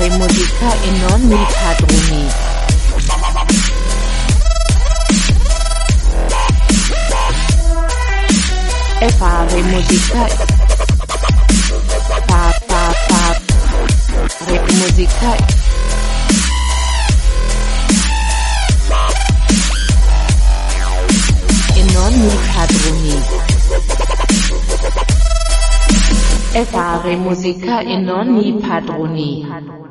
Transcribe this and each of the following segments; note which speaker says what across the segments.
Speaker 1: fare musica e non i padroni. E fare musica fare musica e non i padroni. E fare musica e non i padroni.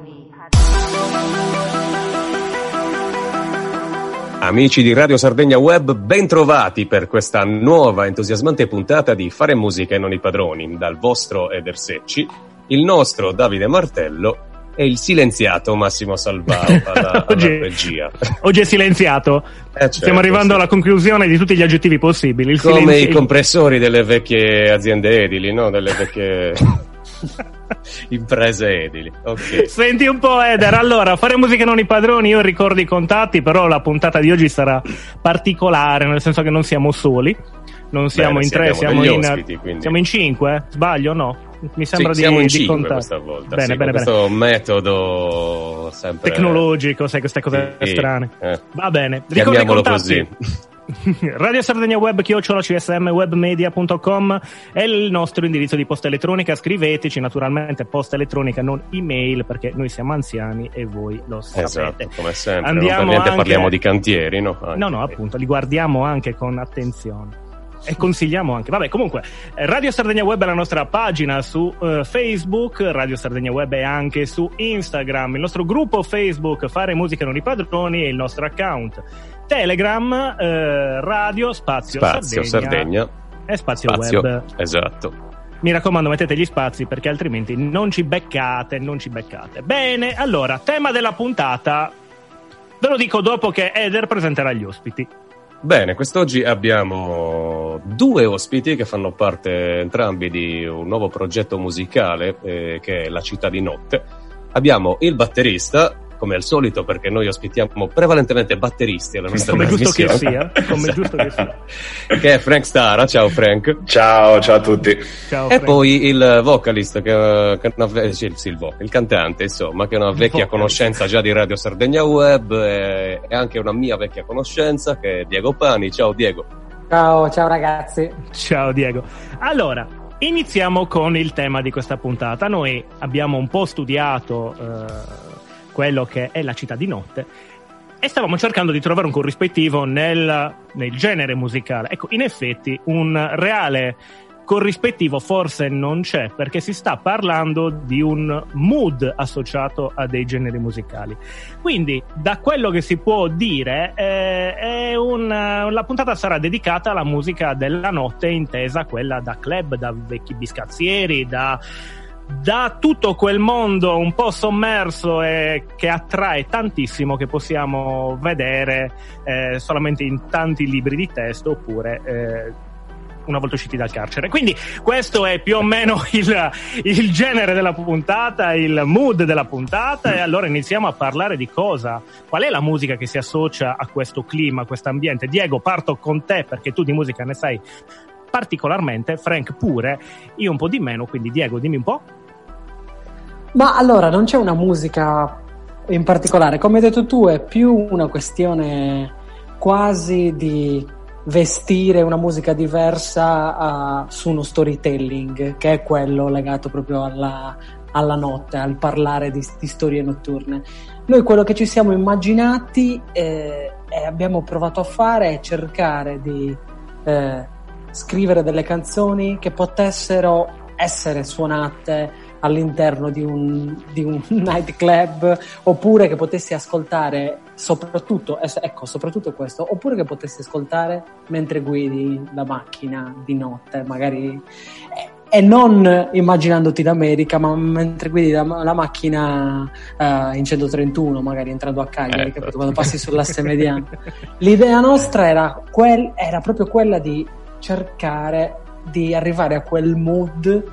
Speaker 2: Amici di Radio Sardegna Web, ben trovati per questa nuova entusiasmante puntata di Fare musica e non i padroni, dal vostro Eder Secci, il nostro Davide Martello e il silenziato Massimo Salvao alla regia.
Speaker 3: Oggi è silenziato.
Speaker 2: Certo,
Speaker 3: stiamo arrivando alla conclusione di tutti gli aggettivi possibili.
Speaker 2: Come i compressori delle vecchie aziende edili, no? Delle vecchie imprese edili. Okay.
Speaker 3: Senti un po', Eder, allora, Fare musica e non i padroni, io ricordo i contatti, però la puntata di oggi sarà particolare, nel senso che non siamo soli, non siamo in tre, siamo in 5, sbaglio? No? Mi sembra
Speaker 2: siamo in
Speaker 3: 5
Speaker 2: questa volta.
Speaker 3: Bene, bene,
Speaker 2: questo metodo sempre
Speaker 3: tecnologico, sai, queste cose strane. Va bene,
Speaker 2: chiamiamolo così.
Speaker 3: Radio Sardegna Web @csmwebmedia.com è il nostro indirizzo di posta elettronica. Scriveteci, naturalmente posta elettronica, non email, perché noi siamo anziani e voi lo sapete.
Speaker 2: Esatto, come sempre. Non parliamo di cantieri, no?
Speaker 3: No, appunto, li guardiamo anche con attenzione. E consigliamo anche, vabbè, comunque Radio Sardegna Web è la nostra pagina su Facebook, Radio Sardegna Web è anche su Instagram, il nostro gruppo Facebook Fare musica e non i padroni e il nostro account Telegram, Radio Spazio
Speaker 2: Sardegna
Speaker 3: e Spazio Web.
Speaker 2: Esatto.
Speaker 3: Mi raccomando, mettete gli spazi perché altrimenti non ci beccate. Bene, allora, tema della puntata ve lo dico dopo che Eder presenterà gli ospiti.
Speaker 2: Bene, quest'oggi abbiamo 2 ospiti che fanno parte entrambi di un nuovo progetto musicale che è La Città di Notte. Abbiamo il batterista, come al solito, perché noi ospitiamo prevalentemente batteristi alla nostra trasmissione.
Speaker 3: Come giusto che sia.
Speaker 2: Che è Frank Stara. Ciao Frank.
Speaker 4: Ciao a tutti.
Speaker 2: Ciao, e Frank. Poi il vocalist, il cantante, insomma, che è una vecchia conoscenza già di Radio Sardegna Web e anche una mia vecchia conoscenza, che è Diego Pani. Ciao Diego.
Speaker 5: Ciao ragazzi.
Speaker 3: Ciao Diego. Allora, iniziamo con il tema di questa puntata. Noi abbiamo un po' studiato quello che è La Città di Notte e stavamo cercando di trovare un corrispettivo nel genere musicale. Ecco, in effetti un reale corrispettivo forse non c'è, perché si sta parlando di un mood associato a dei generi musicali. Quindi, da quello che si può dire, la puntata sarà dedicata alla musica della notte, intesa quella da club, da vecchi biscazzieri, da tutto quel mondo un po' sommerso e che attrae tantissimo, che possiamo vedere solamente in tanti libri di testo oppure una volta usciti dal carcere. Quindi questo è più o meno il genere della puntata, il mood della puntata, e allora iniziamo a parlare di qual è la musica che si associa a questo clima, a questo ambiente. Diego, parto con te perché tu di musica ne sai particolarmente, Frank pure, io un po' di meno, quindi Diego, dimmi un po'.
Speaker 5: Ma allora, non c'è una musica in particolare, come hai detto tu è più una questione quasi di vestire una musica diversa su uno storytelling, che è quello legato proprio alla notte, al parlare di storie notturne. Noi quello che ci siamo immaginati e abbiamo provato a fare è cercare di scrivere delle canzoni che potessero essere suonate all'interno di un nightclub, oppure che potessi ascoltare soprattutto questo, oppure che potessi ascoltare mentre guidi la macchina di notte, magari, e non immaginandoti l'America, ma mentre guidi la macchina in 131, magari entrando a Cagliari, capito? Quando passi sull'asse mediano. L'idea nostra era proprio quella di cercare di arrivare a quel mood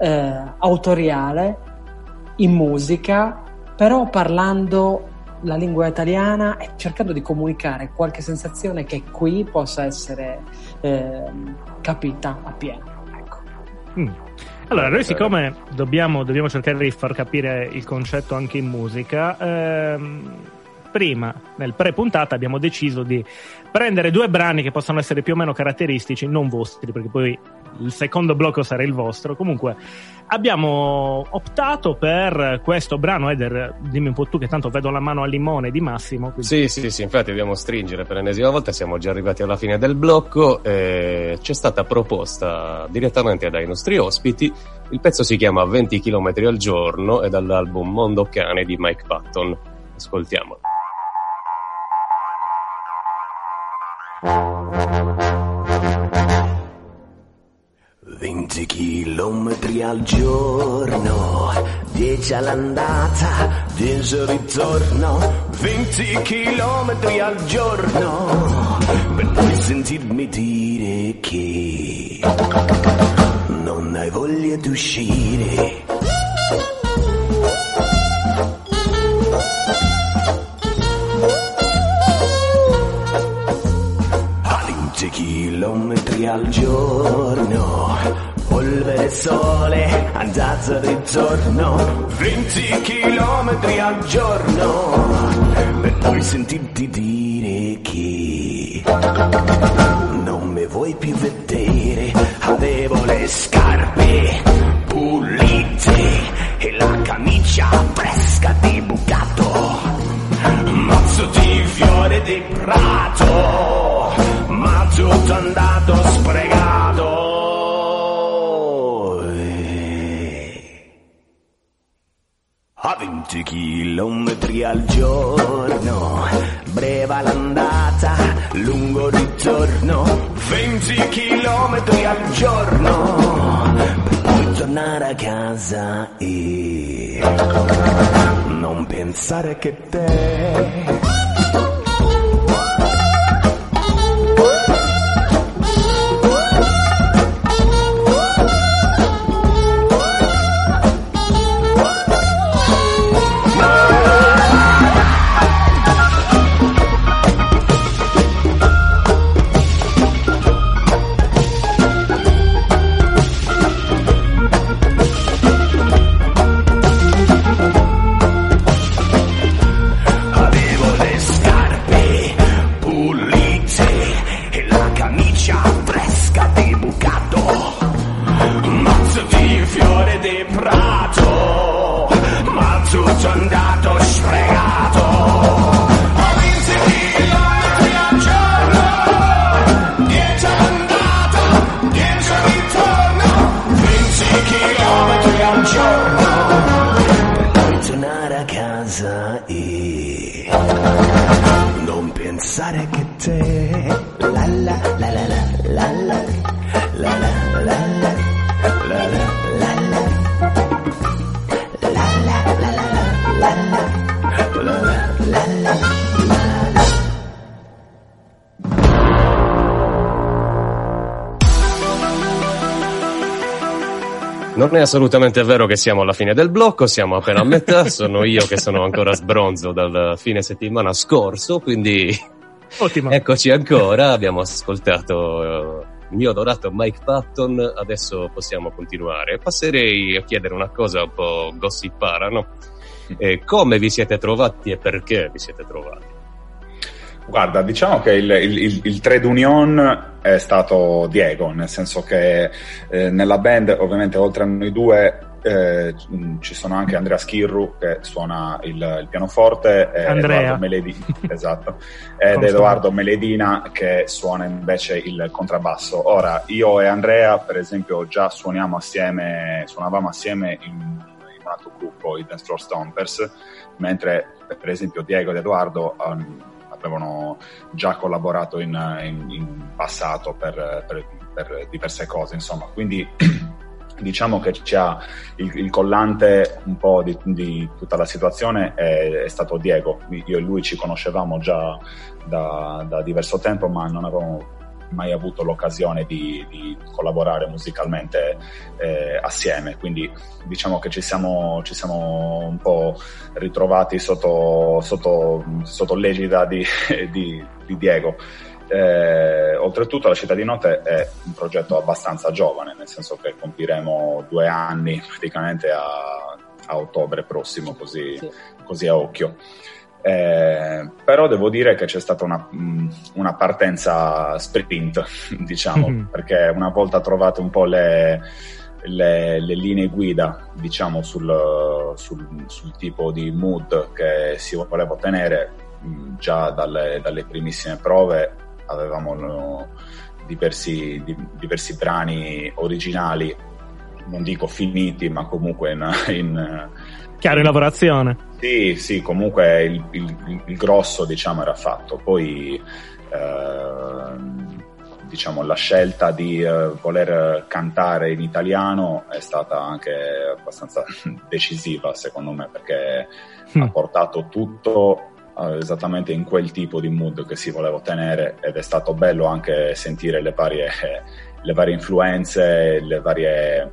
Speaker 5: autoriale in musica, però parlando la lingua italiana e cercando di comunicare qualche sensazione che qui possa essere capita appieno. Ecco.
Speaker 3: Allora, noi siccome dobbiamo cercare di far capire il concetto anche in musica, prima, nel pre-puntata, abbiamo deciso di prendere 2 brani che possano essere più o meno caratteristici, non vostri, perché poi il secondo blocco sarà il vostro. Comunque abbiamo optato per questo brano. Eder, dimmi un po' tu, che tanto vedo la mano al limone di Massimo. Quindi...
Speaker 2: Sì, infatti dobbiamo stringere per l'ennesima volta, siamo già arrivati alla fine del blocco. C'è stata proposta direttamente dai nostri ospiti. Il pezzo si chiama 20 km al giorno, è dall'album Mondo Cane di Mike Patton. Ascoltiamolo.
Speaker 4: 20 chilometri al giorno, 10 all'andata, 10 al ritorno, 20 chilometri al giorno, per poi sentirmi dire che non hai voglia di uscire. A 20 chilometri al giorno, polvere sole, andata e ritorno, 20 chilometri al giorno, per poi sentirti dire che non mi vuoi più vedere. Avevo le scarpe pulite e la camicia fresca di bucato, mazzo di fiore di prato, ma tutto andato sprecato. A 20 chilometri al giorno, breve l'andata, lungo ritorno, 20 chilometri al giorno, per poi tornare a casa e non pensare che te...
Speaker 2: Non è assolutamente vero che siamo alla fine del blocco, siamo appena a metà, sono io che sono ancora sbronzo dal fine settimana scorso, quindi
Speaker 3: ottimo.
Speaker 2: Eccoci ancora, abbiamo ascoltato il mio adorato Mike Patton, adesso possiamo continuare. Passerei a chiedere una cosa un po' gossipara, no? Come vi siete trovati e perché vi siete trovati?
Speaker 6: Guarda, diciamo che il trade union è stato Diego, nel senso che nella band, ovviamente, oltre a noi due, ci sono anche Andrea Schirru che suona il pianoforte, Edoardo Meledina, esatto, ed Edoardo Meledina che suona invece il contrabbasso. Ora, io e Andrea, per esempio, già suonavamo assieme in un altro gruppo, i Dance Floor Stompers, mentre per esempio Diego ed Edoardo avevano già collaborato in passato per diverse cose, insomma, quindi diciamo che c'ha il collante un po' di tutta la situazione è stato Diego. Io e lui ci conoscevamo già da diverso tempo, ma non avevamo mai avuto l'occasione di collaborare musicalmente assieme, quindi diciamo che ci siamo un po' ritrovati sotto l'egida di Diego. Oltretutto La città di notte è un progetto abbastanza giovane, nel senso che compiremo 2 anni praticamente a ottobre prossimo, così a occhio. Però devo dire che c'è stata una partenza sprint, diciamo, perché una volta trovate un po' le linee guida, diciamo, sul tipo di mood che si voleva ottenere, già dalle primissime prove avevamo diversi brani originali, non dico finiti, ma comunque
Speaker 3: chiaro, in lavorazione.
Speaker 6: Sì, comunque il grosso, diciamo, era fatto. Poi diciamo la scelta di voler cantare in italiano è stata anche abbastanza decisiva, secondo me, perché ha portato tutto esattamente in quel tipo di mood che si voleva ottenere, ed è stato bello anche sentire le varie influenze, le varie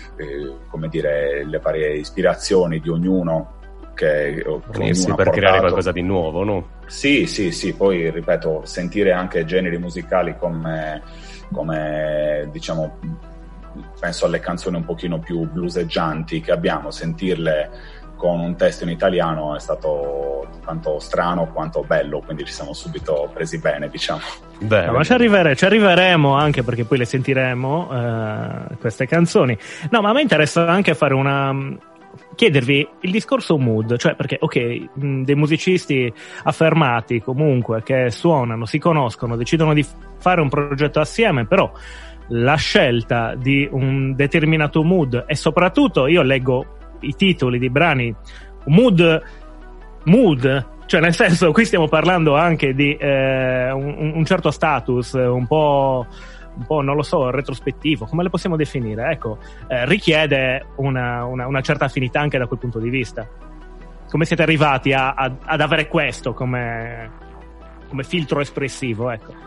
Speaker 6: ispirazioni di ognuno che ognuno
Speaker 2: per creare qualcosa di nuovo, no?
Speaker 6: Sì, poi ripeto, sentire anche generi musicali come diciamo, penso alle canzoni un pochino più bluseggianti che abbiamo, sentirle con un testo in italiano è stato tanto strano quanto bello, quindi ci siamo subito presi bene, diciamo.
Speaker 3: No, ma ci arriveremo, anche perché poi le sentiremo queste canzoni. No, ma a me interessa anche fare chiedervi il discorso mood, cioè perché dei musicisti affermati comunque che suonano, si conoscono, decidono di fare un progetto assieme, però la scelta di un determinato mood, e soprattutto io leggo i titoli di brani mood, cioè nel senso, qui stiamo parlando anche di un certo status un po' non lo so, retrospettivo, come le possiamo definire, ecco, richiede una certa affinità anche da quel punto di vista. Come siete arrivati ad avere questo come filtro espressivo, ecco?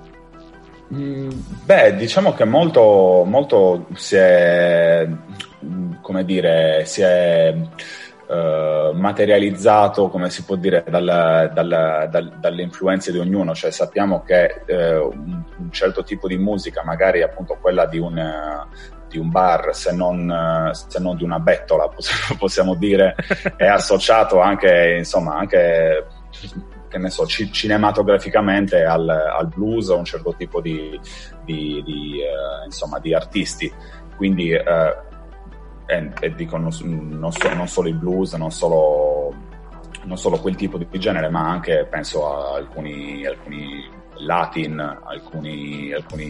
Speaker 6: Beh, diciamo che molto si è, come dire, materializzato, come si può dire, dalle influenze di ognuno, cioè sappiamo che un certo tipo di musica, magari appunto quella di un bar, se non di una bettola, possiamo dire, è associato anche, insomma, anche che ne so, cinematograficamente al blues, a un certo tipo di artisti, quindi e dico non solo il blues, non solo quel tipo di genere, ma anche penso a alcuni latin, alcuni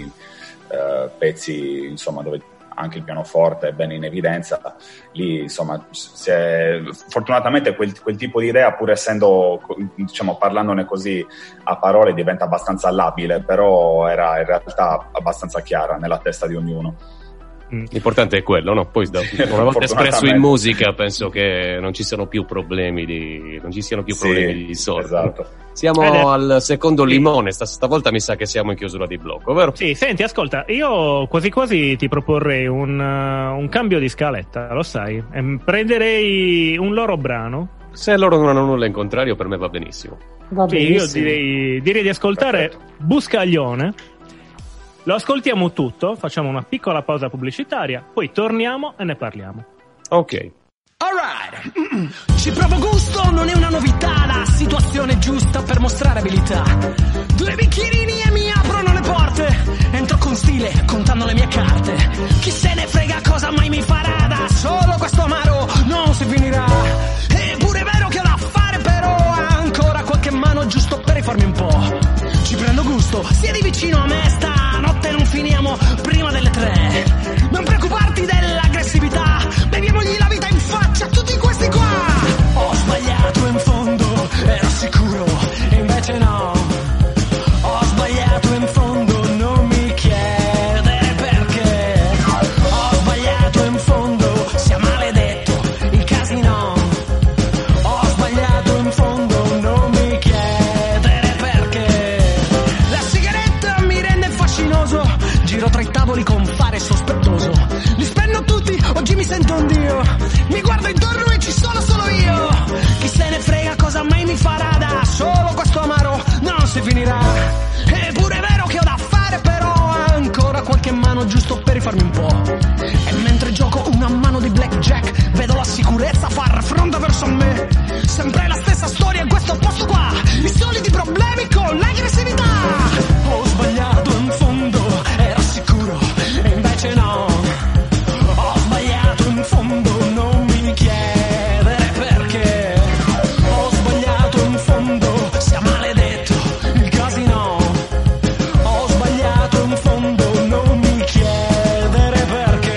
Speaker 6: pezzi, insomma, dove anche il pianoforte è ben in evidenza. Lì, insomma, fortunatamente quel tipo di idea, pur essendo, diciamo, parlandone così a parole, diventa abbastanza labile, però era in realtà abbastanza chiara nella testa di ognuno.
Speaker 2: L'importante è quello, no? Poi una volta espresso in musica, penso che non ci siano più problemi di sorta.
Speaker 6: Esatto.
Speaker 2: Siamo al secondo limone, stavolta mi sa che siamo in chiusura di blocco, vero?
Speaker 3: Sì, senti, ascolta, io quasi ti proporrei un cambio di scaletta, lo sai? Prenderei un loro brano.
Speaker 2: Se loro non hanno nulla in contrario, per me va benissimo.
Speaker 5: Va benissimo.
Speaker 3: Io direi di ascoltare Buscaglione. Lo ascoltiamo tutto, facciamo una piccola pausa pubblicitaria, poi torniamo e ne parliamo.
Speaker 2: Ok.
Speaker 7: Alright, ci provo gusto, non è una novità, la situazione giusta per mostrare abilità. 2 bicchierini e mi aprono le porte, entro con stile, contando le mie carte. Chi se ne frega cosa mai mi farà, da solo questo amaro non si finirà. È pure vero che ho da fare, però ancora qualche mano giusto per rifarmi un po'. Ci prendo gusto, siedi vicino a me, stanotte non finiamo prima delle 3. Non preoccuparti dell'aggressività, beviamogli la vita in faccia a tutti questi qua. Ho sbagliato in fondo, ero sicuro, e invece no. Ho sbagliato in fondo, non mi chiedere perché. Ho sbagliato in fondo, sia maledetto il casino. Ho sbagliato in fondo, non mi chiedere perché. La sigaretta mi rende fascinoso, giro tra i tavoli con fare sospettoso. Li spendo tutti, oggi mi sento un dio. Mi guardo intorno e ci sono solo io. Chi se ne frega cosa mai mi farà, da solo questo amaro non si finirà. Eppure rilassarmi un po'. E mentre gioco una mano di blackjack, vedo la sicurezza far fronte verso me. Sempre la stessa storia in questo posto qua, i soliti problemi con l'aggressività. Ho sbagliato in fondo, ero sicuro, e invece no. Ho sbagliato in fondo, non mi chiedere perché. Ho sbagliato in fondo, sia maledetto il casino. Ho sbagliato in fondo, non mi chiedere perché.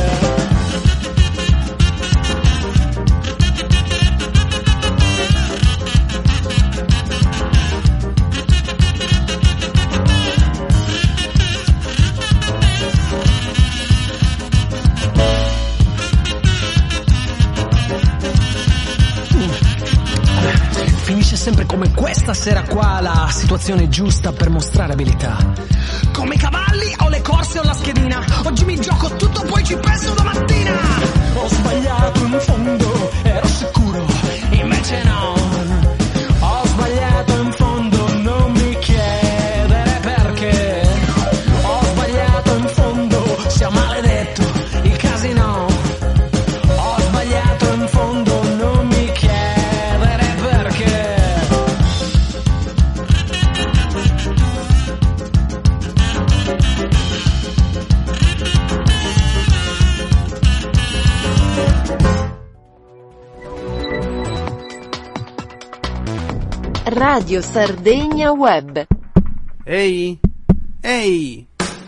Speaker 7: Finisce sempre come questa sera qua, la situazione giusta per mostrare abilità. Come i cavalli o le corse o la schedina, oggi mi gioco tutto poi ci penso domattina. Ho sbagliato in fondo, ero sicuro, invece no. Ho sbagliato in fondo, non mi chiedere perché. Ho sbagliato in fondo, sia maledetto il casino. Ho sbagliato in fondo, non mi chiedere perché.
Speaker 1: Radio Sardegna Web.
Speaker 8: Ehi, ehi!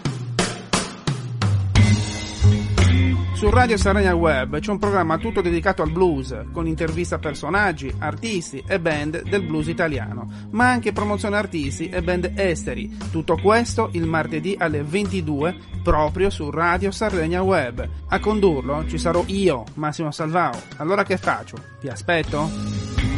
Speaker 8: Su Radio Sardegna Web c'è un programma tutto dedicato al blues, con interviste a personaggi, artisti e band del blues italiano, ma anche promozione artisti e band esteri. Tutto questo il martedì alle 22, proprio su Radio Sardegna Web. A condurlo ci sarò io, Massimo Salvao. Allora che faccio? Vi aspetto?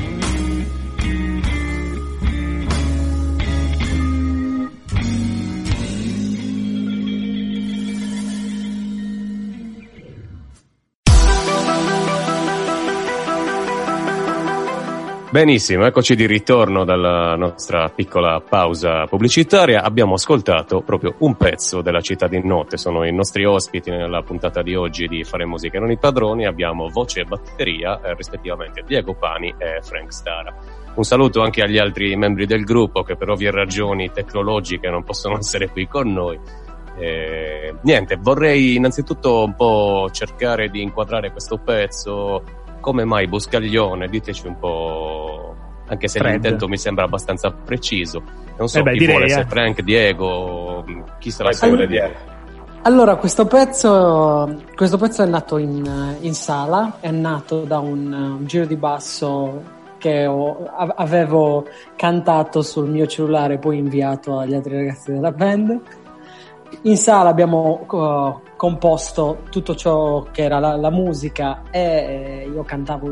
Speaker 2: Benissimo, eccoci di ritorno dalla nostra piccola pausa pubblicitaria. Abbiamo ascoltato proprio un pezzo della Città di Notte. Sono i nostri ospiti nella puntata di oggi di Fare Musica e Non i Padroni. Abbiamo voce e batteria, rispettivamente Diego Pani e Frank Stara. Un saluto anche agli altri membri del gruppo che per ovvie ragioni tecnologiche non possono essere qui con noi. Niente, vorrei innanzitutto un po' cercare di inquadrare questo pezzo. Come mai Buscaglione? Diteci un po', anche se l'intento mi sembra abbastanza preciso. Non so chi vuole, se Frank, Diego, chi sarà che vuole dire.
Speaker 5: Allora, questo pezzo è nato in sala, è nato da un giro di basso che avevo cantato sul mio cellulare, poi inviato agli altri ragazzi della band. In sala abbiamo composto tutto ciò che era la musica e io cantavo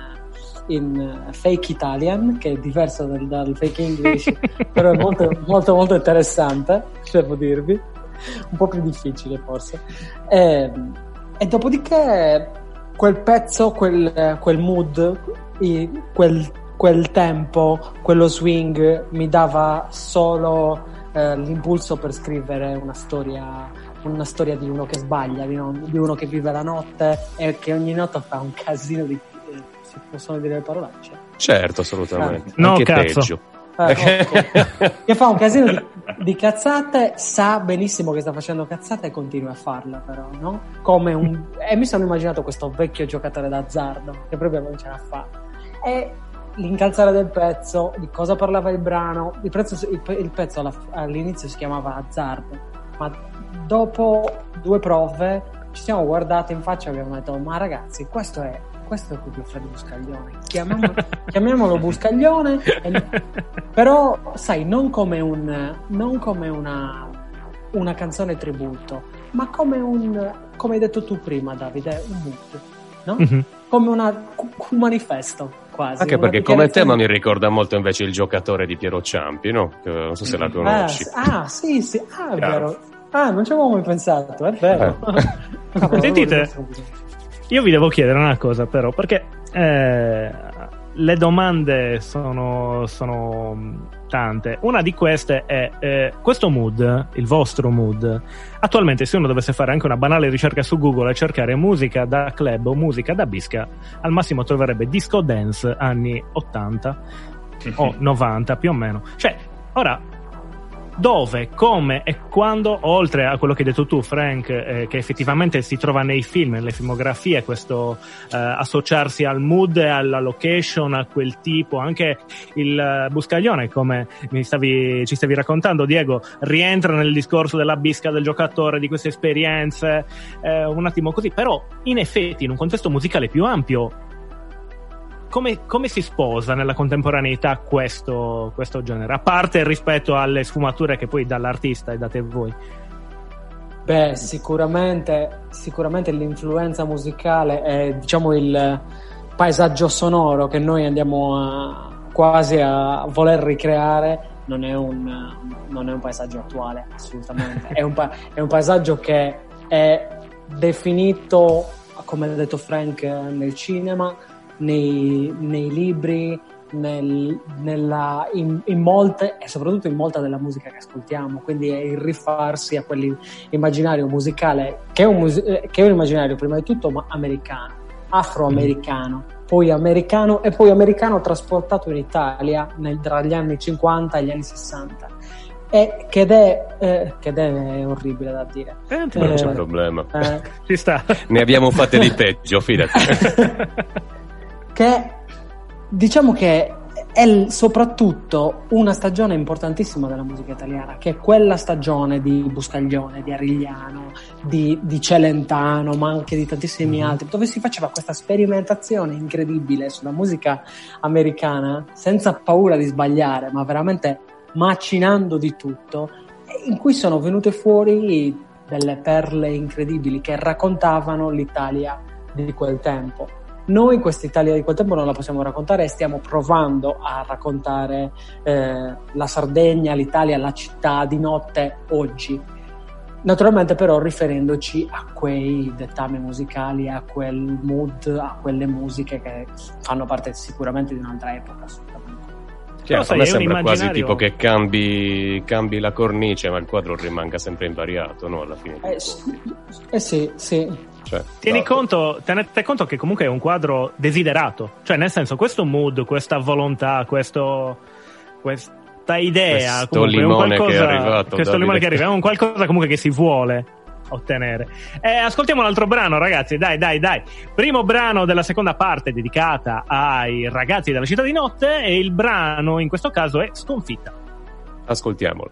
Speaker 5: in fake Italian, che è diverso dal fake English, però è molto, molto, molto interessante, devo dirvi, un po' più difficile forse. E dopodiché quel pezzo, quel mood, quel tempo, quello swing mi dava solo l'impulso per scrivere una storia di uno che sbaglia, di uno che vive la notte e che ogni notte fa un casino di si possono dire le parolacce?
Speaker 2: Certo, assolutamente.
Speaker 3: No,
Speaker 2: anche
Speaker 3: cazzo.
Speaker 2: peggio.
Speaker 5: Okay. Che fa un casino di cazzate, sa benissimo che sta facendo cazzate e continua a farla, però, no? E mi sono immaginato questo vecchio giocatore d'azzardo che proprio non ce la fa. E l'incalzare del pezzo, di cosa parlava il brano, il pezzo all'inizio si chiamava Azzardo, ma dopo 2 prove ci siamo guardati in faccia e abbiamo detto: ma ragazzi, questo è proprio Freddy Buscaglione, chiamiamolo Buscaglione, però sai, non come una canzone tributo, ma come hai detto tu prima, Davide, un mood, no? Mm-hmm. Come un manifesto, quasi.
Speaker 2: Anche perché come tema mi ricorda molto invece Il giocatore di Piero Ciampi, no? Che non so se la conosci.
Speaker 5: Sì, è vero. Non ci avevo mai pensato, è vero.
Speaker 3: Sentite, io vi devo chiedere una cosa però, perché le domande sono tante. Una di queste è questo mood, il vostro mood. Attualmente, se uno dovesse fare anche una banale ricerca su Google e cercare musica da club o musica da bisca, al massimo troverebbe disco dance anni 80 o 90 più o meno. Cioè, ora, dove, come e quando, oltre a quello che hai detto tu, Frank, che effettivamente si trova nei film, nelle filmografie, questo associarsi al mood, alla location, a quel tipo, anche il buscaglione, come ci stavi raccontando, Diego, rientra nel discorso della bisca del giocatore, di queste esperienze, un attimo così, però in effetti in un contesto musicale più ampio, come si sposa nella contemporaneità questo genere, a parte rispetto alle sfumature che poi dall'artista e date voi?
Speaker 5: Beh, sicuramente l'influenza musicale è, diciamo, il paesaggio sonoro che noi andiamo quasi a voler ricreare. Non è un paesaggio attuale, assolutamente. È un paesaggio che è definito, come ha detto Frank, nel cinema, nei libri, in molte, e soprattutto in molta della musica che ascoltiamo. Quindi è il rifarsi a quell'immaginario musicale che è un immaginario prima di tutto americano, afroamericano, poi americano e poi americano trasportato in Italia tra gli anni 50 e gli anni 60. Ed è orribile da dire.
Speaker 2: Non c'è problema.
Speaker 3: Ci sta.
Speaker 2: Ne abbiamo fatte di peggio, fidati.
Speaker 5: Che diciamo che è soprattutto una stagione importantissima della musica italiana, che è quella stagione di Buscaglione, di Arigliano, di Celentano, ma anche di tantissimi altri, dove si faceva questa sperimentazione incredibile sulla musica americana, senza paura di sbagliare, ma veramente macinando di tutto, in cui sono venute fuori delle perle incredibili che raccontavano l'Italia di quel tempo. Noi questa Italia di quel tempo non la possiamo raccontare e stiamo provando a raccontare la Sardegna, l'Italia, la città di notte oggi. Naturalmente però riferendoci a quei dettami musicali, a quel mood, a quelle musiche che fanno parte sicuramente di un'altra epoca, assolutamente.
Speaker 2: Cioè, a me sembra quasi tipo che cambi la cornice, ma il quadro rimanga sempre invariato, no? Alla fine.
Speaker 5: Sì.
Speaker 2: Cioè,
Speaker 3: tenete conto che comunque è un quadro desiderato, cioè nel senso, questo mood, questa volontà, questa idea,
Speaker 2: questo limone che è arrivato,
Speaker 3: è un qualcosa comunque che si vuole ottenere. Ascoltiamo un altro brano, ragazzi, dai. Primo brano della seconda parte dedicata ai ragazzi della città di notte, e il brano in questo caso è Sconfitta.
Speaker 2: Ascoltiamolo.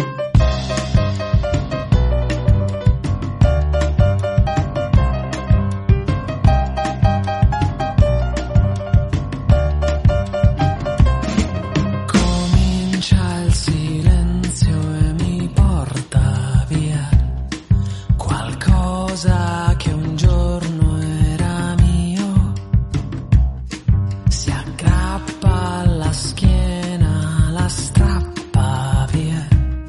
Speaker 7: Che un giorno era mio, si aggrappa alla schiena, la strappa via.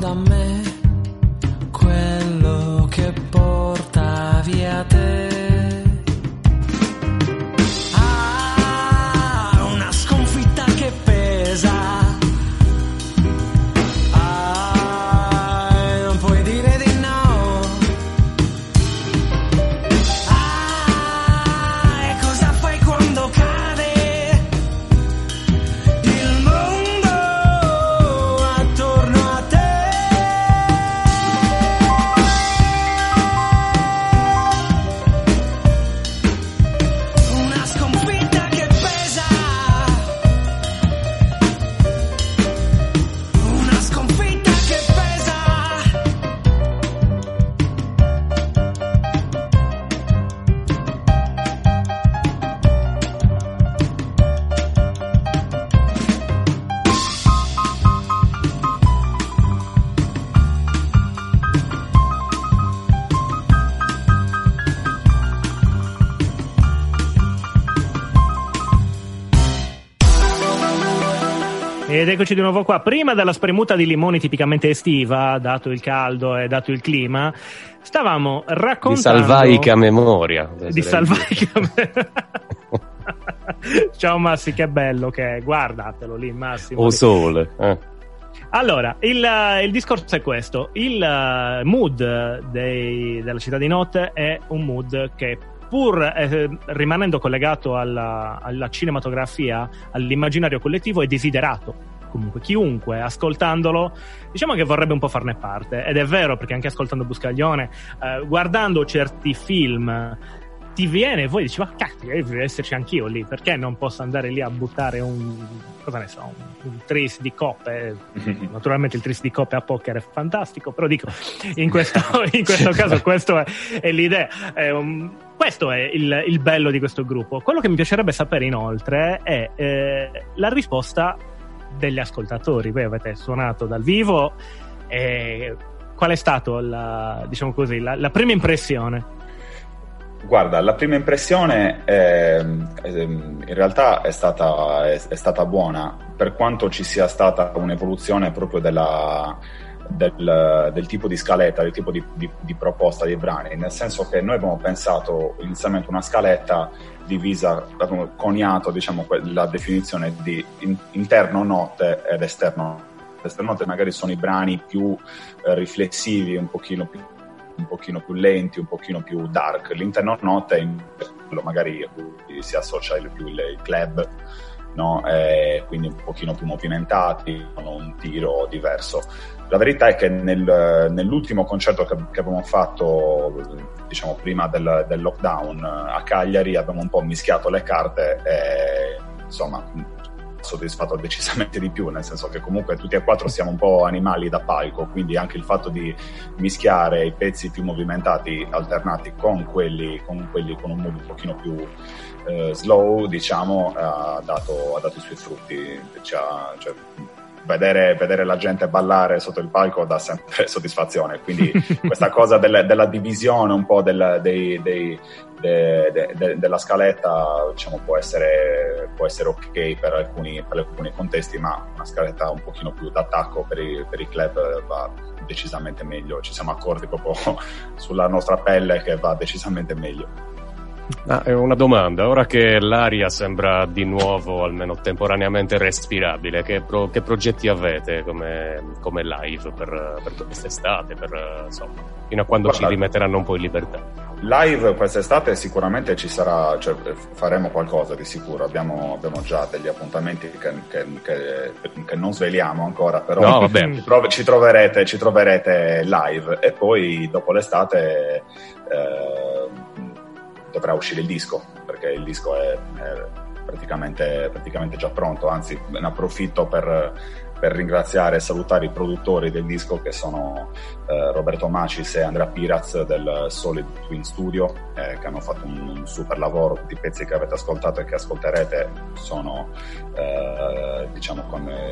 Speaker 7: da me quello che porta via te. Ah, una sconfitta che pesa. Ah, non puoi dire di no. Ah, e cosa fai quando cade il mondo attorno a te? Una sconfitta che pesa. Una sconfitta che pesa.
Speaker 3: Ed eccoci di nuovo qua. Prima della spremuta di limoni tipicamente estiva, dato il caldo e dato il clima, stavamo raccontando...
Speaker 2: Di salvaica memoria.
Speaker 3: Di salvaica memoria. Ciao Massi, che bello che è. Guardatelo lì, Massimo.
Speaker 2: O sole.
Speaker 3: Allora, il discorso è questo. Il mood della città di notte è un mood che, pur rimanendo collegato alla cinematografia, all'immaginario collettivo, è desiderato. Comunque chiunque ascoltandolo, diciamo che vorrebbe un po' farne parte. Ed è vero, perché anche ascoltando Buscaglione, guardando certi film, ti viene e poi dici: ma cacchio, devo esserci anch'io lì, perché non posso andare lì a buttare un tris di coppe? Naturalmente il tris di coppe a poker è fantastico, però dico, in questo caso questo è l'idea. Questo è il bello di questo gruppo. Quello che mi piacerebbe sapere inoltre è la risposta degli ascoltatori. Voi avete suonato dal vivo, qual è stato la prima impressione?
Speaker 6: Guarda, la prima impressione in realtà è stata buona, per quanto ci sia stata un'evoluzione proprio del tipo di scaletta, del tipo di proposta dei brani, nel senso che noi abbiamo pensato inizialmente una scaletta divisa, abbiamo coniato, diciamo, la definizione di interno notte ed esterno. Esterno notte magari sono i brani più riflessivi, un pochino più lenti, un pochino più dark. L'interno notte è quello magari a cui si associa il club, no? Quindi un pochino più movimentati, con un tiro diverso. La verità è che nell'ultimo concerto che abbiamo fatto, diciamo prima del lockdown a Cagliari, abbiamo un po' mischiato le carte e insomma soddisfatto decisamente di più, nel senso che comunque tutti e quattro siamo un po' animali da palco, quindi anche il fatto di mischiare i pezzi più movimentati alternati con quelli con un mood un pochino più slow, diciamo, ha dato i suoi frutti. Vedere la gente ballare sotto il palco dà sempre soddisfazione, quindi questa cosa della divisione un po' della scaletta, diciamo, può essere ok per alcuni contesti, ma una scaletta un pochino più d'attacco per i club va decisamente meglio. Ci siamo accorti proprio sulla nostra pelle che va decisamente meglio.
Speaker 2: È una domanda, ora che l'aria sembra di nuovo almeno temporaneamente respirabile, che progetti avete come live per quest'estate, insomma, fino a quando ci rimetteranno un po' in libertà?
Speaker 6: Live quest'estate sicuramente ci sarà, cioè faremo qualcosa di sicuro, abbiamo già degli appuntamenti che non sveliamo ancora, però
Speaker 2: no, vabbè.
Speaker 6: ci troverete live, e poi dopo l'estate dovrà uscire il disco, perché il disco è praticamente già pronto. Anzi, ne approfitto per ringraziare e salutare i produttori del disco, che sono Roberto Macis e Andrea Piraz del Solid Twin Studio, che hanno fatto un super lavoro. Tutti i pezzi che avete ascoltato e che ascolterete sono diciamo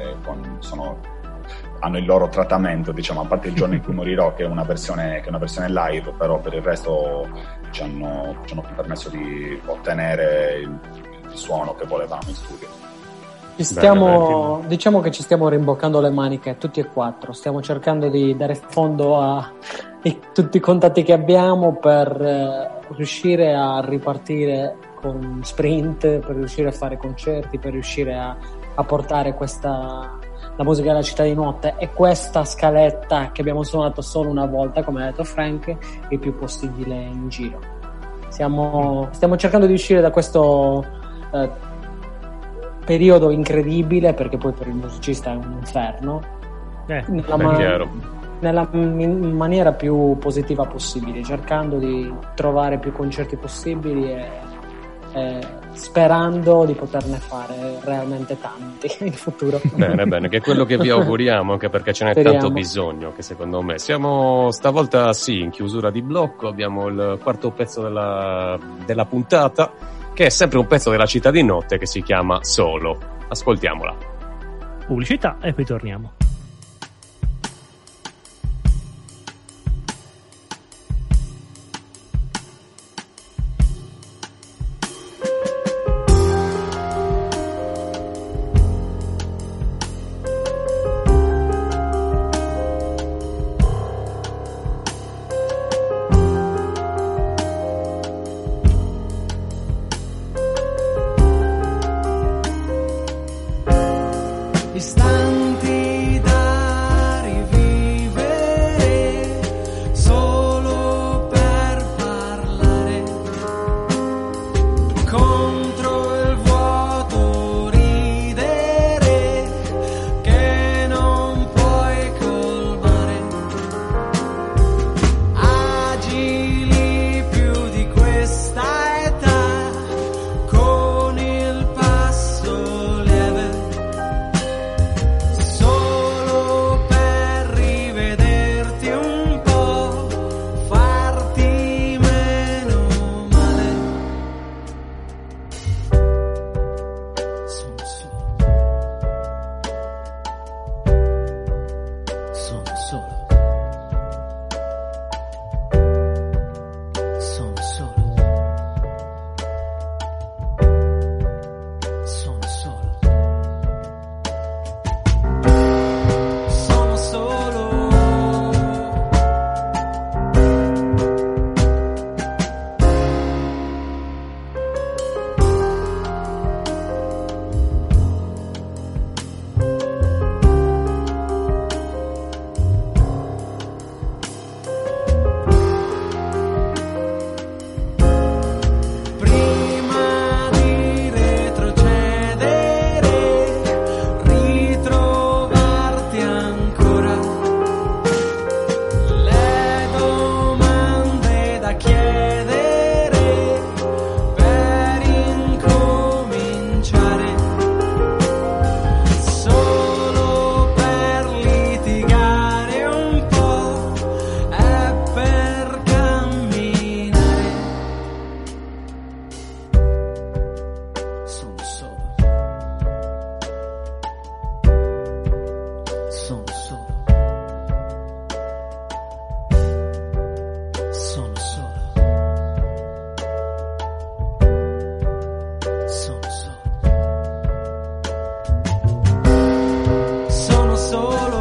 Speaker 6: hanno il loro trattamento, diciamo, a parte Il giorno in cui morirò, che è una versione live, però per il resto ci hanno permesso di ottenere il suono che volevamo in studio.
Speaker 5: Diciamo che ci stiamo rimboccando le maniche tutti e quattro, stiamo cercando di dare fondo a tutti i contatti che abbiamo per riuscire a ripartire con sprint, per riuscire a fare concerti, per riuscire a portare la musica della città di notte e questa scaletta che abbiamo suonato solo una volta, come ha detto Frank, il più possibile in giro. Stiamo cercando di uscire da questo periodo incredibile, perché poi per il musicista è un inferno, nella maniera più positiva possibile, cercando di trovare più concerti possibili e sperando di poterne fare realmente tanti in futuro.
Speaker 2: Bene, che è quello che vi auguriamo, anche perché ce n'è tanto bisogno, che secondo me siamo stavolta in chiusura di blocco, abbiamo il quarto pezzo della puntata, che è sempre un pezzo della città di notte che si chiama Solo. Ascoltiamola.
Speaker 3: Pubblicità e poi torniamo.
Speaker 7: Istanti da rivivere solo per parlare contro il vuoto, ridere che non puoi colmare, agili più di questa età con il passo lieve. Solo per rivederti un po', farti meno male. Sono solo. Sono solo. Sono solo. Sono solo. Sono solo. Prima di retrocedere, ritrovarti ancora, le domande da chiedere per incominciare, solo per litigare un po' e per camminare. Sono solo. Sono solo. Sono solo. Sono solo. Sono solo.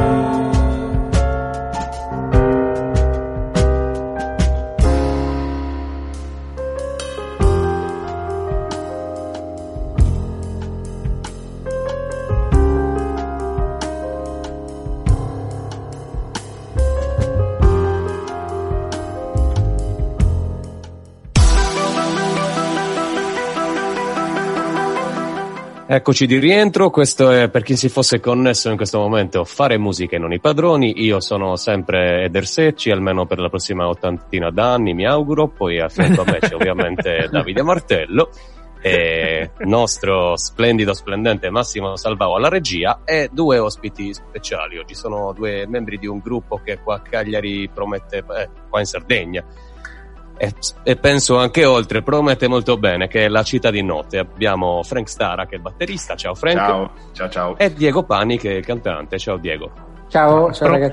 Speaker 2: Eccoci di rientro, questo è per chi si fosse connesso in questo momento, Fare musica e non i padroni. Io sono sempre Eder Secci, almeno per la prossima 80 d'anni mi auguro, poi a fianco a me c'è ovviamente Davide Martello, e nostro splendente Massimo Salvao alla regia, e due ospiti speciali. Oggi sono due membri di un gruppo che qua a Cagliari promette, qua in Sardegna, e penso anche oltre, promette molto bene, che è la città di notte. Abbiamo Frank Stara che è il batterista. Ciao Frank.
Speaker 6: Ciao.
Speaker 2: E Diego Pani che è il cantante. Ciao Diego.
Speaker 5: Ciao ragazzi.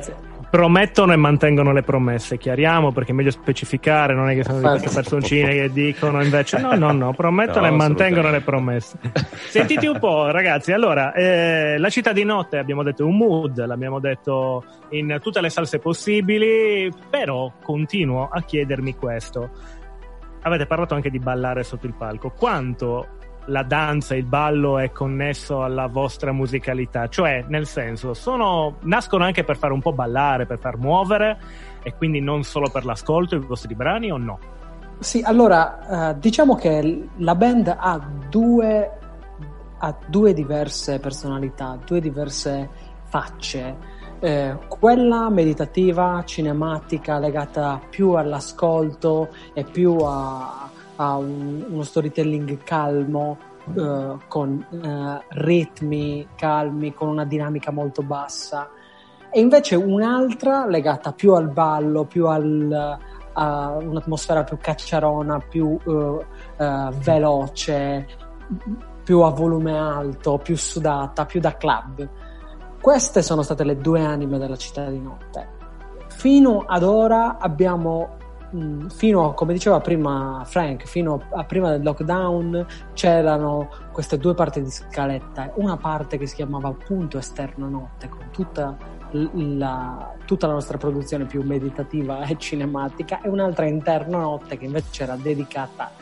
Speaker 3: promettono e mantengono le promesse, chiariamo, perché è meglio specificare, non è che sono di queste personcine che dicono invece no, promettono e mantengono le promesse. Sentiti un po', ragazzi, allora, La città di notte abbiamo detto è un mood, l'abbiamo detto in tutte le salse possibili, però continuo a chiedermi questo. Avete parlato anche di ballare sotto il palco, quanto la danza, il ballo è connesso alla vostra musicalità, cioè nel senso nascono anche per fare un po' ballare, per far muovere, e quindi non solo per l'ascolto i vostri brani, o no?
Speaker 5: Sì, allora diciamo che la band ha due diverse personalità, due diverse facce, quella meditativa, cinematica, legata più all'ascolto e più a uno storytelling calmo, con ritmi calmi, con una dinamica molto bassa, e invece un'altra legata più al ballo, più a un'atmosfera più cacciarona, più veloce, più a volume alto, più sudata, più da club. Queste sono state le due anime della città di notte. Fino ad ora abbiamo come diceva prima Frank, fino a prima del lockdown c'erano queste due parti di scaletta, una parte che si chiamava appunto Esterno Notte, con tutta la nostra produzione più meditativa e cinematica, e un'altra Interno Notte che invece era dedicata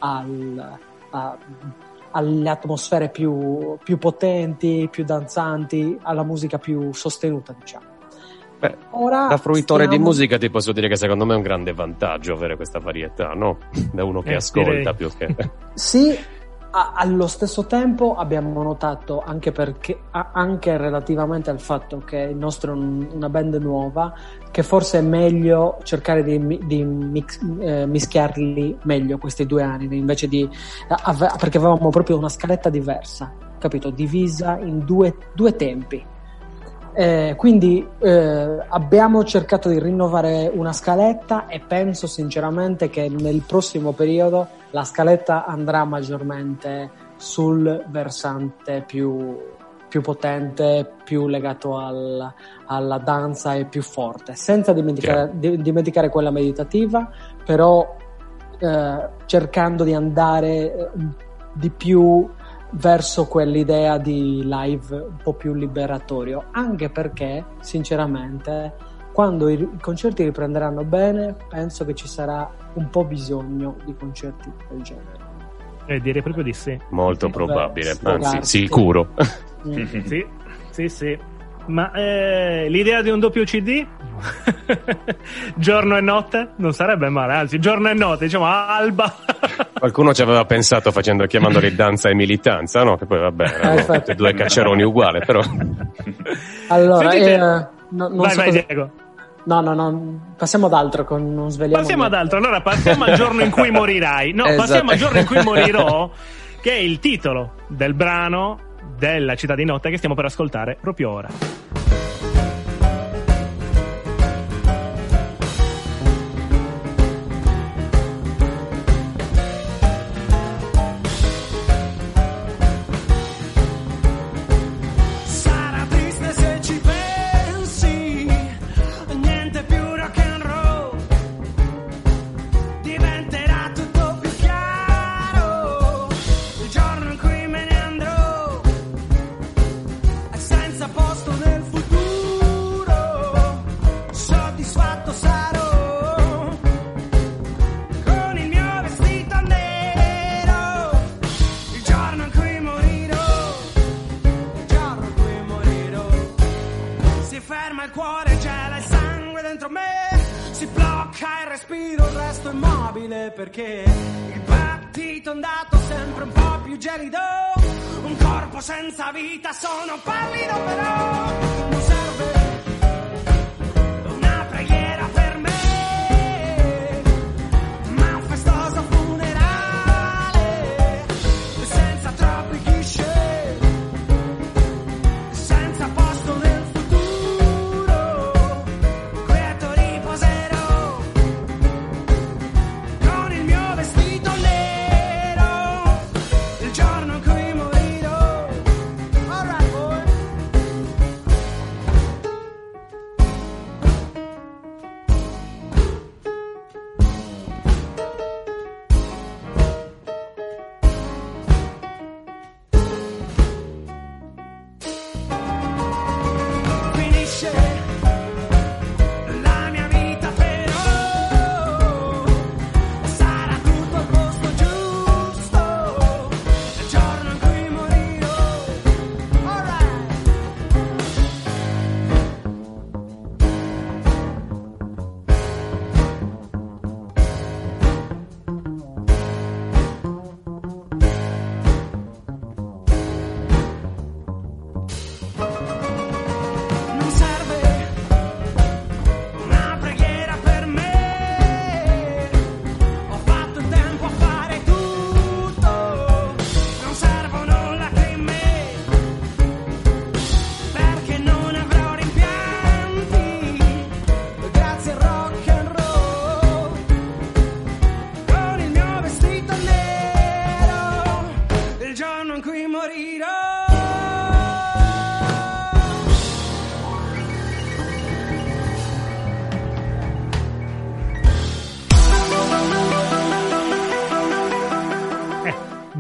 Speaker 5: alle atmosfere più potenti, più danzanti, alla musica più sostenuta, diciamo.
Speaker 2: Beh, da fruitore di musica ti posso dire che secondo me è un grande vantaggio avere questa varietà, no? Da uno che ascolta più che...
Speaker 5: Sì, allo stesso tempo abbiamo notato, anche relativamente al fatto che il nostro è una band nuova, che forse è meglio cercare di mischiarli meglio questi due anime, invece perché avevamo proprio una scaletta diversa, capito? Divisa in due tempi. Quindi abbiamo cercato di rinnovare una scaletta, e penso sinceramente che nel prossimo periodo la scaletta andrà maggiormente sul versante più potente, più legato alla danza e più forte, senza dimenticare quella meditativa, però cercando di andare di più verso quell'idea di live un po' più liberatorio, anche perché sinceramente quando i concerti riprenderanno bene penso che ci sarà un po' bisogno di concerti del genere.
Speaker 3: Direi proprio di sì.
Speaker 2: Molto probabile, anzi sicuro. Sì. Ma l'idea di un doppio CD? Giorno e notte? Non sarebbe male, anzi giorno e notte, diciamo alba. Qualcuno ci aveva pensato chiamandoli danza e militanza, no? Che poi vabbè, erano tutti due cacceroni uguali, però.
Speaker 5: Allora,
Speaker 3: vai Diego.
Speaker 5: No, passiamo ad altro, non svegliamo.
Speaker 3: Passiamo ad altro, allora passiamo al giorno in cui morirai. No, esatto. Passiamo al giorno in cui morirò, che è il titolo del brano della città di notte che stiamo per ascoltare proprio ora.
Speaker 7: Perché il battito è andato sempre un po' più gelido, un corpo senza vita, sono pallido però non serve una preghiera per me, ma un festoso funerale senza troppi cliché, senza posto nel futuro, quieto riposerò.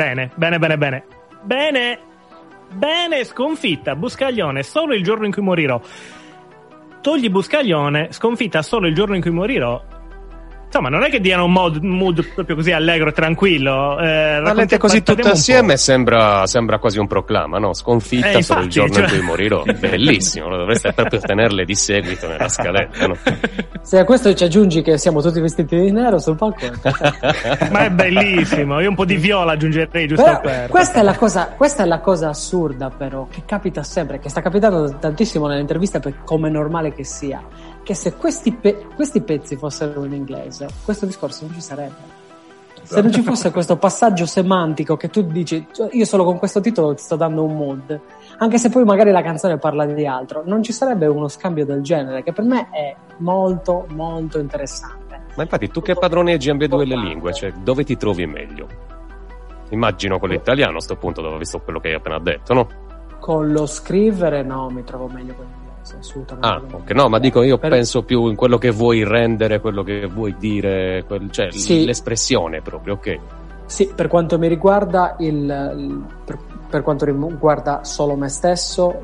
Speaker 3: Bene, sconfitta, Buscaglione, solo il giorno in cui morirò. Togli Buscaglione, sconfitta solo il giorno in cui morirò. Insomma, non è che diano un mood proprio così allegro e tranquillo.
Speaker 2: Ma lette così tutte assieme sembra quasi un proclama, no? Sconfitta solo il giorno in cui morirò. Bellissimo, dovreste proprio tenerle di seguito nella scaletta, no?
Speaker 5: Se a questo ci aggiungi che siamo tutti vestiti di nero sul palco.
Speaker 3: Ma è bellissimo, io un po' di viola aggiungerei giusto
Speaker 5: però,
Speaker 3: per.
Speaker 5: Questa è la cosa assurda, però, che capita sempre, che sta capitando tantissimo nelle interviste, per come è normale che sia. Che se questi pezzi fossero in inglese, questo discorso non ci sarebbe. Se non ci fosse questo passaggio semantico che tu dici, io solo con questo titolo ti sto dando un mood, anche se poi magari la canzone parla di altro, non ci sarebbe uno scambio del genere, che per me è molto molto interessante.
Speaker 2: Ma infatti tu che padroneggi ambedue le lingue, cioè dove ti trovi meglio? Immagino con l'italiano a sto punto, dove ho visto quello che hai appena detto, no?
Speaker 5: Con lo scrivere no, mi trovo meglio con l'inglese, assolutamente.
Speaker 2: Ok, no, ma dico io penso più in quello che vuoi rendere, quello che vuoi dire, cioè
Speaker 5: sì.
Speaker 2: L'espressione proprio, ok?
Speaker 5: Sì, per quanto mi riguarda, per quanto riguarda solo me stesso,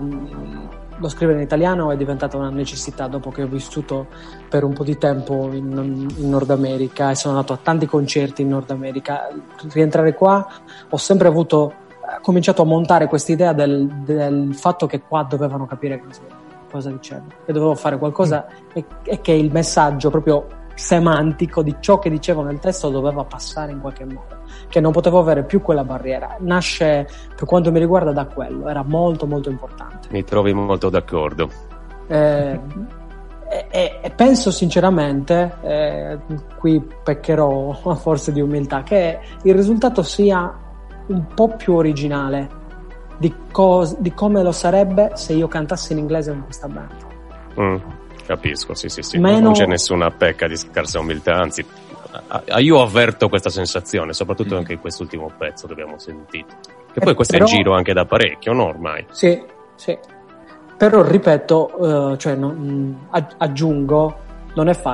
Speaker 5: lo scrivere in italiano è diventata una necessità dopo che ho vissuto per un po' di tempo in Nord America e sono andato a tanti concerti in Nord America. Rientrare qua ho sempre cominciato a montare quest'idea del fatto che qua dovevano capire cosa dicevo, che dovevo fare qualcosa e che il messaggio proprio semantico di ciò che dicevo nel testo doveva passare in qualche modo, che non potevo avere più quella barriera. Nasce, per quanto mi riguarda, da quello, era molto molto importante.
Speaker 2: Mi trovi molto d'accordo.
Speaker 5: E penso sinceramente, qui peccherò forse di umiltà, che il risultato sia un po' più originale di come lo sarebbe se io cantassi in inglese con questa band.
Speaker 2: Capisco, sì.
Speaker 5: Meno...
Speaker 2: Non c'è nessuna pecca di scarsa umiltà, anzi io avverto questa sensazione, soprattutto anche in quest'ultimo pezzo che abbiamo sentito, che poi questo
Speaker 5: però...
Speaker 2: è in giro anche da parecchio, no, ormai?
Speaker 5: Sì, però ripeto, aggiungo, non è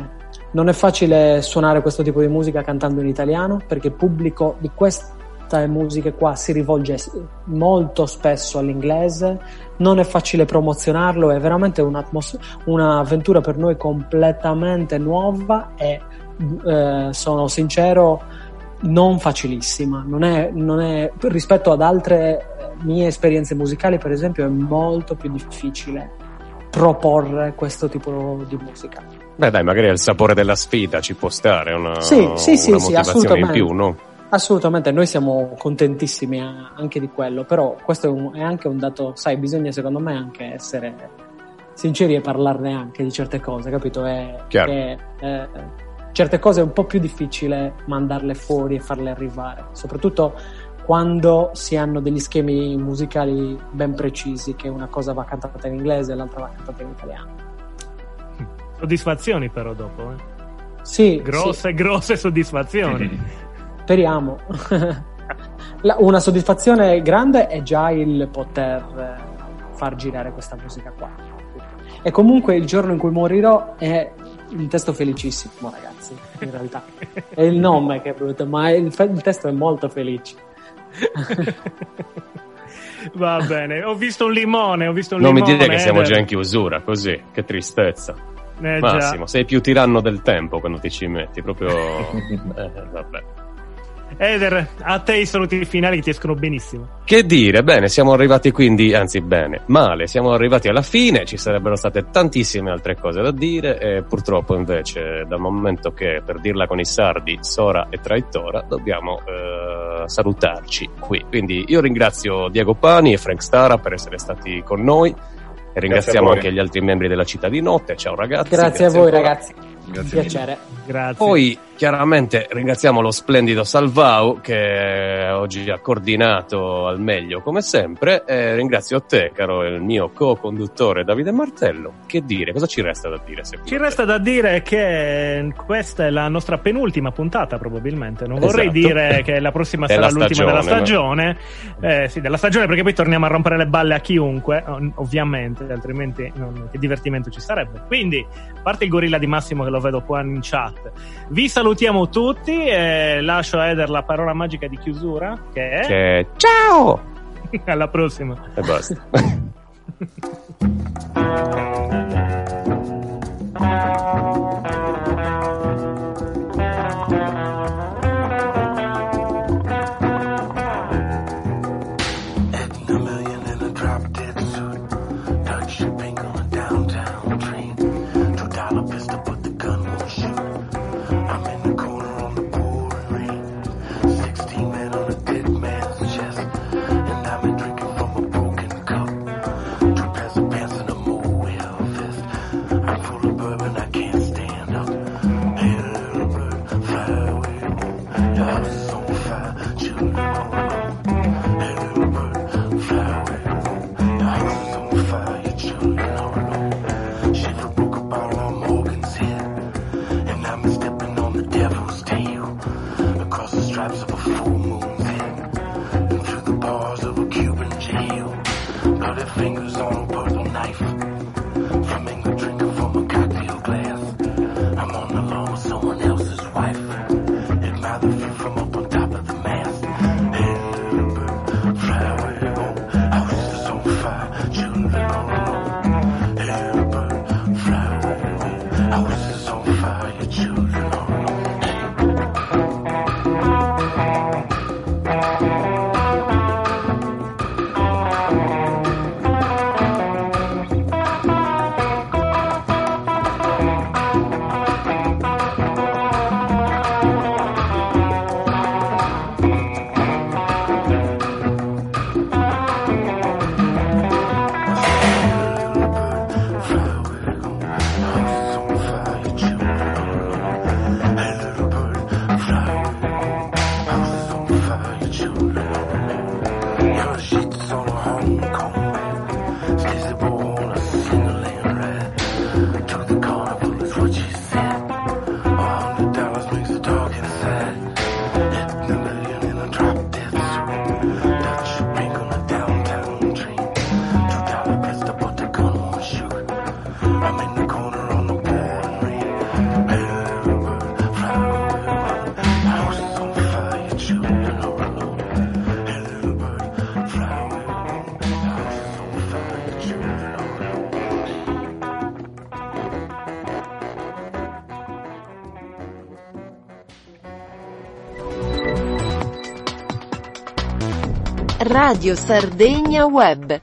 Speaker 5: facile suonare questo tipo di musica cantando in italiano, perché il pubblico di queste musiche qua si rivolge molto spesso all'inglese, non è facile promozionarlo, è veramente un'avventura per noi completamente nuova e sono sincero, non facilissima, non è rispetto ad altre mie esperienze musicali, per esempio, è molto più difficile proporre questo tipo di musica.
Speaker 2: Beh dai, magari è il sapore della sfida, ci può stare una motivazione in più, no?
Speaker 5: Assolutamente, noi siamo contentissimi anche di quello, però questo è anche un dato, sai, bisogna secondo me anche essere sinceri e parlarne anche di certe cose, capito? Certe cose è un po' più difficile mandarle fuori e farle arrivare, soprattutto quando si hanno degli schemi musicali ben precisi, che una cosa va cantata in inglese e l'altra va cantata in italiano.
Speaker 3: Soddisfazioni però dopo,
Speaker 5: Sì.
Speaker 3: Grosse soddisfazioni.
Speaker 5: Speriamo. Una soddisfazione grande è già il poter far girare questa musica qua. E comunque il giorno in cui morirò è un testo felicissimo, ragazzi, in realtà. È il nome che è brutto, ma il testo è molto felice.
Speaker 3: Va bene, ho visto un limone.
Speaker 2: Non mi dite che siamo già in chiusura, così, che tristezza. Massimo, sei più tiranno del tempo quando ti ci metti, proprio... vabbè.
Speaker 3: Eder, a te i saluti finali che ti escono benissimo.
Speaker 2: Che dire, bene, siamo arrivati male, siamo arrivati alla fine, ci sarebbero state tantissime altre cose da dire e purtroppo invece, dal momento che, per dirla con i sardi, Sora e Traitora, dobbiamo salutarci qui. Quindi io ringrazio Diego Pani e Frank Stara per essere stati con noi e ringraziamo anche gli altri membri della Città di Notte. Ciao ragazzi.
Speaker 5: Grazie a voi
Speaker 2: ancora.
Speaker 5: ragazzi.
Speaker 6: Grazie
Speaker 5: piacere.
Speaker 3: Grazie.
Speaker 2: Poi chiaramente ringraziamo lo splendido Salvau che oggi ha coordinato al meglio come sempre, e ringrazio te, caro il mio co-conduttore Davide Martello. Che dire? Cosa ci resta da dire?
Speaker 3: Ci resta da dire che questa è la nostra penultima puntata probabilmente, non vorrei dire che la prossima sarà l'ultima della stagione, sì, della stagione, perché poi torniamo a rompere le balle a chiunque, ovviamente, altrimenti che divertimento ci sarebbe. Quindi, a parte il gorilla di Massimo che lo vedo qua in chat, vi saluto salutiamo tutti e lascio a Eder la parola magica di chiusura, che è...
Speaker 2: Ciao!
Speaker 3: Alla prossima.
Speaker 2: E basta.
Speaker 1: Radio Sardegna Web.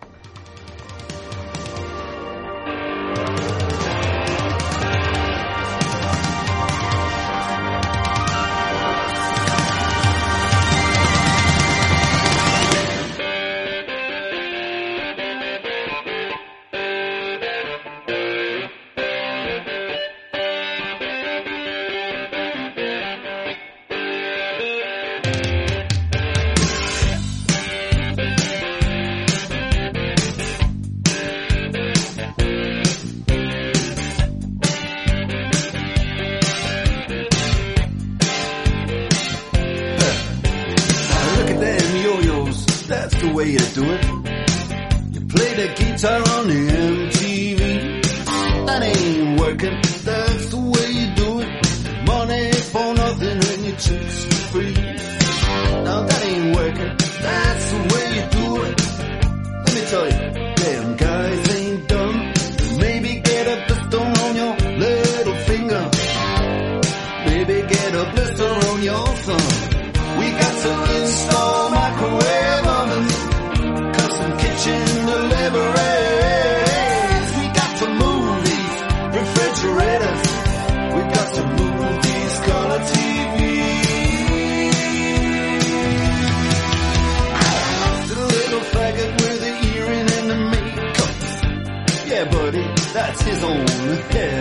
Speaker 9: That's his own head.